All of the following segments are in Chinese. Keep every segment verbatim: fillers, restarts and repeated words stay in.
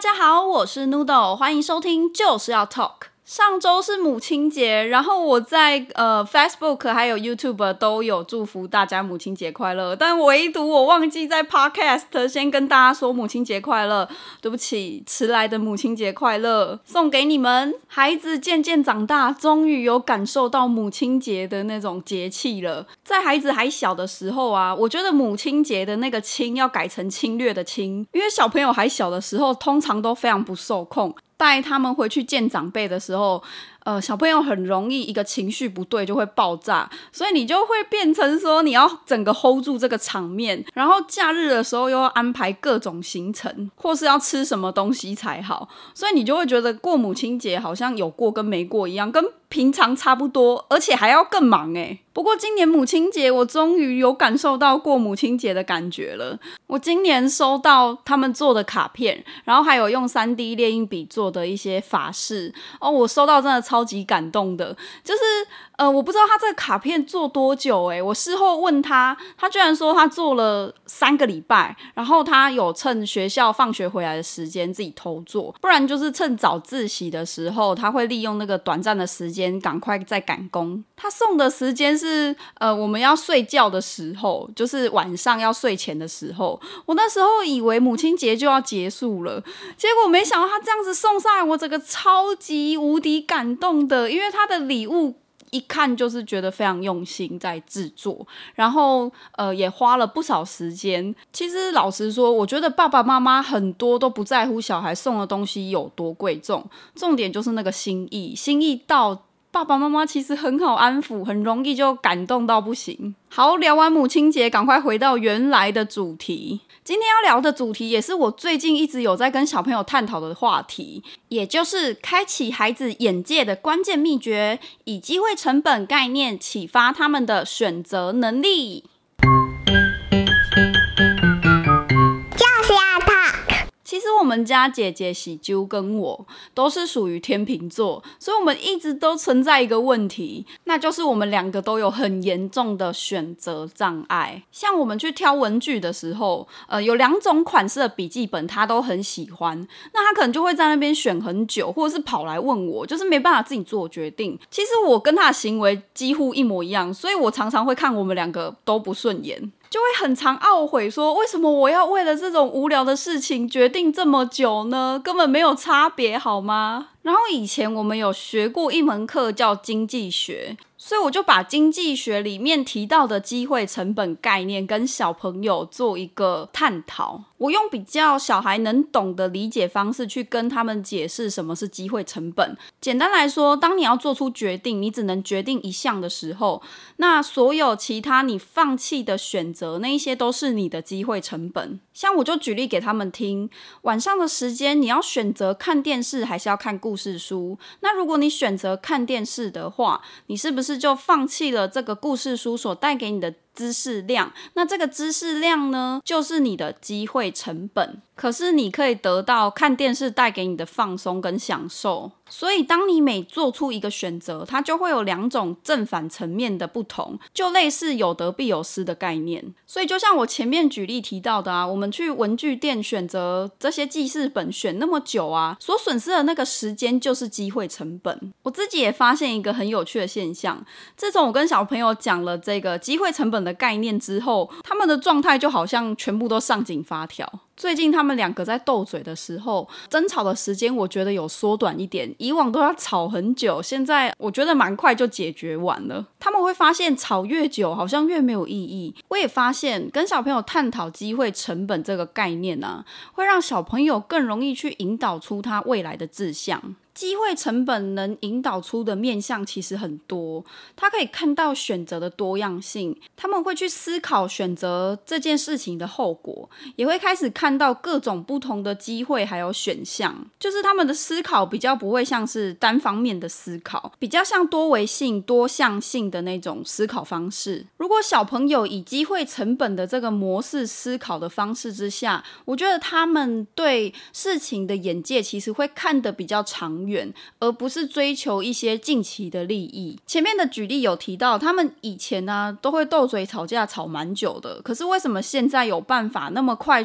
家好，我是 Noodle， 欢迎收听就是要 Talk。上周是母亲节，然后我在呃 Facebook 还有 YouTube 都有祝福大家母亲节快乐，但唯独我忘记在 Podcast 先跟大家说母亲节快乐，对不起，迟来的母亲节快乐送给你们。孩子渐渐长大，终于有感受到母亲节的那种节气了。在孩子还小的时候啊，我觉得母亲节的那个亲要改成侵略的侵，因为小朋友还小的时候通常都非常不受控，带他们回去见长辈的时候，呃，小朋友很容易一个情绪不对就会爆炸，所以你就会变成说你要整个 hold 住这个场面，然后假日的时候又要安排各种行程，或是要吃什么东西才好，所以你就会觉得过母亲节好像有过跟没过一样，跟平常差不多，而且还要更忙耶。不过今年母亲节我终于有感受到过母亲节的感觉了。我今年收到他们做的卡片，然后还有用 三 D 列印笔做的一些法式哦，我收到真的超级感动的。就是呃，我不知道他这个卡片做多久耶，我事后问他，他居然说他做了三个礼拜，然后他有趁学校放学回来的时间自己偷做，不然就是趁早自习的时候他会利用那个短暂的时间赶快再赶工。他送的时间是呃我们要睡觉的时候，就是晚上要睡前的时候。我那时候以为母亲节就要结束了，结果没想到他这样子送上来，我整个超级无敌感动的，因为他的礼物一看就是觉得非常用心在制作，然后呃也花了不少时间。其实老实说，我觉得爸爸妈妈很多都不在乎小孩送的东西有多贵重，重点就是那个心意，心意到爸爸妈妈其实很好安抚，很容易就感动到不行。好，聊完母亲节，赶快回到原来的主题。今天要聊的主题也是我最近一直有在跟小朋友探讨的话题，也就是开启孩子眼界的关键秘诀，以机会成本概念启发他们的选择能力。其实我们家姐姐喜啾跟我都是属于天秤座，所以我们一直都存在一个问题，那就是我们两个都有很严重的选择障碍。像我们去挑文具的时候，呃，有两种款式的笔记本他都很喜欢，那他可能就会在那边选很久，或者是跑来问我，就是没办法自己做决定。其实我跟他的行为几乎一模一样，所以我常常会看我们两个都不顺眼，就会很常懊悔说，为什么我要为了这种无聊的事情决定这么久呢？根本没有差别好吗？然后以前我们有学过一门课叫经济学，所以我就把经济学里面提到的机会成本概念跟小朋友做一个探讨。我用比较小孩能懂的理解方式去跟他们解释什么是机会成本。简单来说，当你要做出决定，你只能决定一项的时候，那所有其他你放弃的选择，那一些都是你的机会成本。像我就举例给他们听，晚上的时间你要选择看电视还是要看故事书，那如果你选择看电视的话，你是不是就放弃了这个故事书所带给你的知识量？那这个知识量呢，就是你的机会成本。可是你可以得到看电视带给你的放松跟享受。所以当你每做出一个选择，它就会有两种正反层面的不同，就类似有得必有失的概念。所以就像我前面举例提到的啊，我们去文具店选择这些记事本选那么久啊，所损失的那个时间就是机会成本。我自己也发现一个很有趣的现象，自从我跟小朋友讲了这个机会成本的概念之后，他们的状态就好像全部都上紧发条。最近他们两个在斗嘴的时候，争吵的时间我觉得有缩短一点，以往都要吵很久，现在我觉得蛮快就解决完了。他们会发现吵越久好像越没有意义。我也发现跟小朋友探讨机会成本这个概念啊，会让小朋友更容易去引导出他未来的志向。机会成本能引导出的面向其实很多，他可以看到选择的多样性，他们会去思考选择这件事情的后果，也会开始看到各种不同的机会还有选项，就是他们的思考比较不会像是单方面的思考，比较像多维性多向性的那种思考方式。如果小朋友以机会成本的这个模式思考的方式之下，我觉得他们对事情的眼界其实会看得比较长远，而不是追求一些近期的利益。前面的举例有提到，他们以前呢、啊、都会斗嘴吵架吵蛮久的，可是为什么现在有办法那么快就把它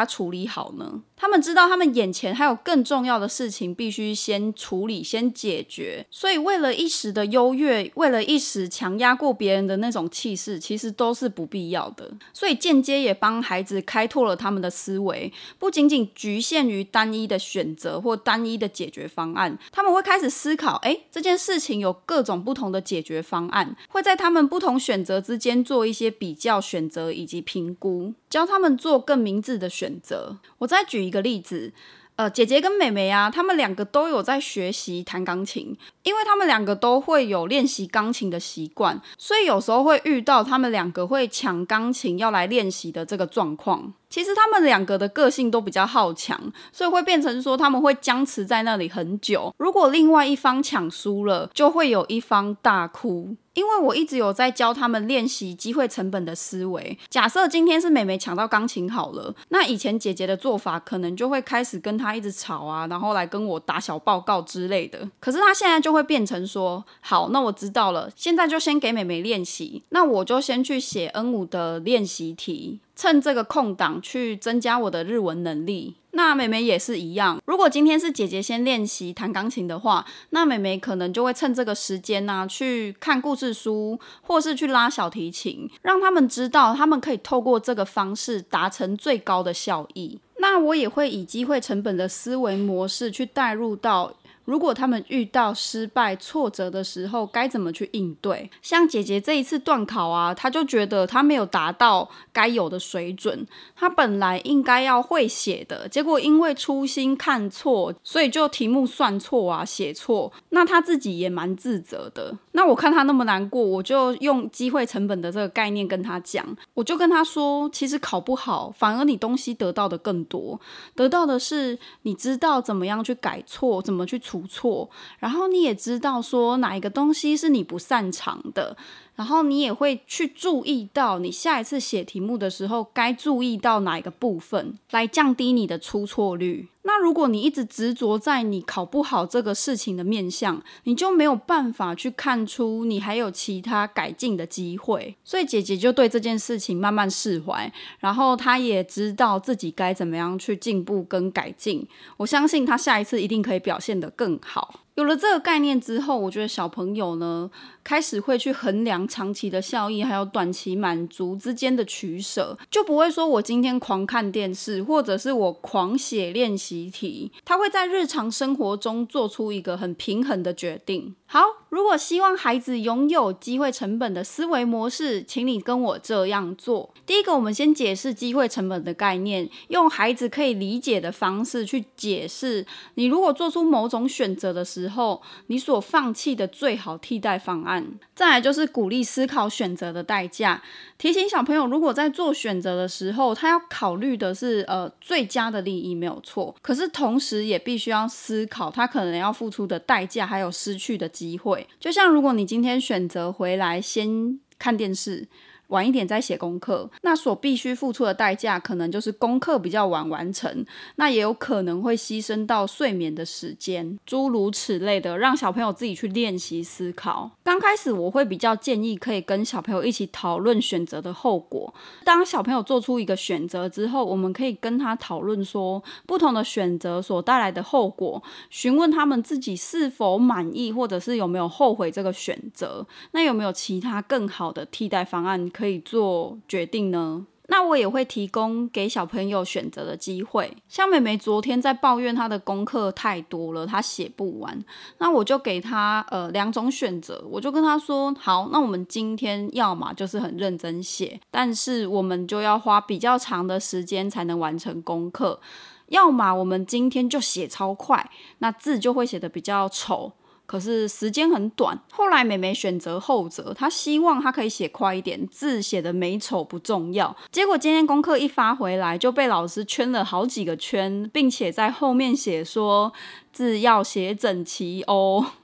它处理好呢？他们知道他们眼前还有更重要的事情必须先处理先解决，所以为了一时的优越，为了一时强压过别人的那种气势，其实都是不必要的。所以间接也帮孩子开拓了他们的思维，不仅仅局限于单一的选择或单一的解决方案，他们会开始思考，诶，这件事情有各种不同的解决方案，会在他们不同选择之间做一些比较选择以及评估，教他们做更明智的选择。我再举一个例子，呃，姐姐跟妹妹啊，她们两个都有在学习弹钢琴，因为她们两个都会有练习钢琴的习惯，所以有时候会遇到她们两个会抢钢琴要来练习的这个状况。其实他们两个的个性都比较好强，所以会变成说他们会僵持在那里很久。如果另外一方抢输了，就会有一方大哭。因为我一直有在教他们练习机会成本的思维。假设今天是妹妹抢到钢琴好了，那以前姐姐的做法可能就会开始跟她一直吵啊，然后来跟我打小报告之类的。可是她现在就会变成说，好，那我知道了，现在就先给妹妹练习，那我就先去写 N 五 的练习题，趁这个空档去增加我的日文能力。那妹妹也是一样，如果今天是姐姐先练习弹钢琴的话，那妹妹可能就会趁这个时间啊，去看故事书，或是去拉小提琴，让他们知道他们可以透过这个方式达成最高的效益。那我也会以机会成本的思维模式去带入到如果他们遇到失败挫折的时候该怎么去应对。像姐姐这一次段考啊，她就觉得她没有达到该有的水准，她本来应该要会写的，结果因为粗心看错，所以就题目算错啊，写错，那她自己也蛮自责的。那我看她那么难过，我就用机会成本的这个概念跟她讲，我就跟她说，其实考不好反而你东西得到的更多，得到的是你知道怎么样去改错，怎么去出错，然后你也知道说哪一个东西是你不擅长的，然后你也会去注意到你下一次写题目的时候该注意到哪一个部分，来降低你的出错率。那如果你一直执着在你考不好这个事情的面向，你就没有办法去看出你还有其他改进的机会。所以姐姐就对这件事情慢慢释怀，然后她也知道自己该怎么样去进步跟改进。我相信她下一次一定可以表现得更好。有了这个概念之后，我觉得小朋友呢开始会去衡量长期的效益还有短期满足之间的取舍，就不会说我今天狂看电视或者是我狂写练习题，他会在日常生活中做出一个很平衡的决定。好，如果希望孩子拥有机会成本的思维模式，请你跟我这样做。第一个，我们先解释机会成本的概念，用孩子可以理解的方式去解释你如果做出某种选择的时候，你所放弃的最好替代方案。再来就是鼓励思考选择的代价，提醒小朋友如果在做选择的时候，他要考虑的是呃最佳的利益没有错，可是同时也必须要思考他可能要付出的代价还有失去的机会。就像如果你今天选择回来先看电视，晚一点再写功课，那所必须付出的代价可能就是功课比较晚完成，那也有可能会牺牲到睡眠的时间，诸如此类的，让小朋友自己去练习思考。刚开始我会比较建议可以跟小朋友一起讨论选择的后果。当小朋友做出一个选择之后，我们可以跟他讨论说不同的选择所带来的后果，询问他们自己是否满意，或者是有没有后悔这个选择，那有没有其他更好的替代方案可以做决定呢？那我也会提供给小朋友选择的机会。像妹妹昨天在抱怨她的功课太多了，她写不完，那我就给她呃两种选择，我就跟她说，好，那我们今天要嘛就是很认真写，但是我们就要花比较长的时间才能完成功课，要么我们今天就写超快，那字就会写得比较丑，可是时间很短。后来妹妹选择后者，她希望她可以写快一点，字写的美丑不重要。结果今天功课一发回来，就被老师圈了好几个圈，并且在后面写说字要写整齐哦。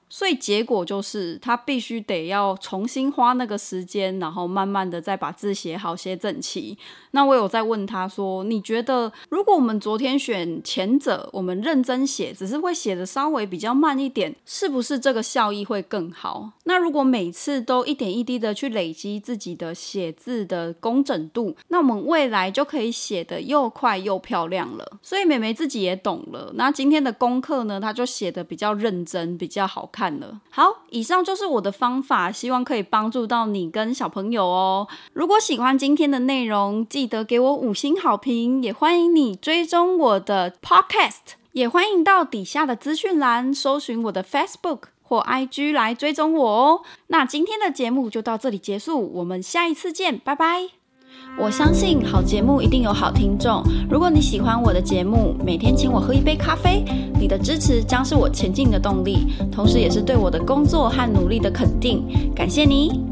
所以结果就是他必须得要重新花那个时间，然后慢慢的再把字写好写整齐。那我有在问他说，你觉得如果我们昨天选前者，我们认真写，只是会写的稍微比较慢一点，是不是这个效益会更好？那如果每次都一点一滴的去累积自己的写字的工整度，那我们未来就可以写得又快又漂亮了。所以妹妹自己也懂了，那今天的功课呢，她就写得比较认真，比较好看了。好，以上就是我的方法，希望可以帮助到你跟小朋友哦。如果喜欢今天的内容，记得给我五星好评，也欢迎你追踪我的 podcast， 也欢迎到底下的资讯栏搜寻我的 Facebook 或 I G 来追踪我哦。那今天的节目就到这里结束，我们下一次见，拜拜。我相信好节目一定有好听众，如果你喜欢我的节目，每天请我喝一杯咖啡，你的支持将是我前进的动力，同时也是对我的工作和努力的肯定，感谢你。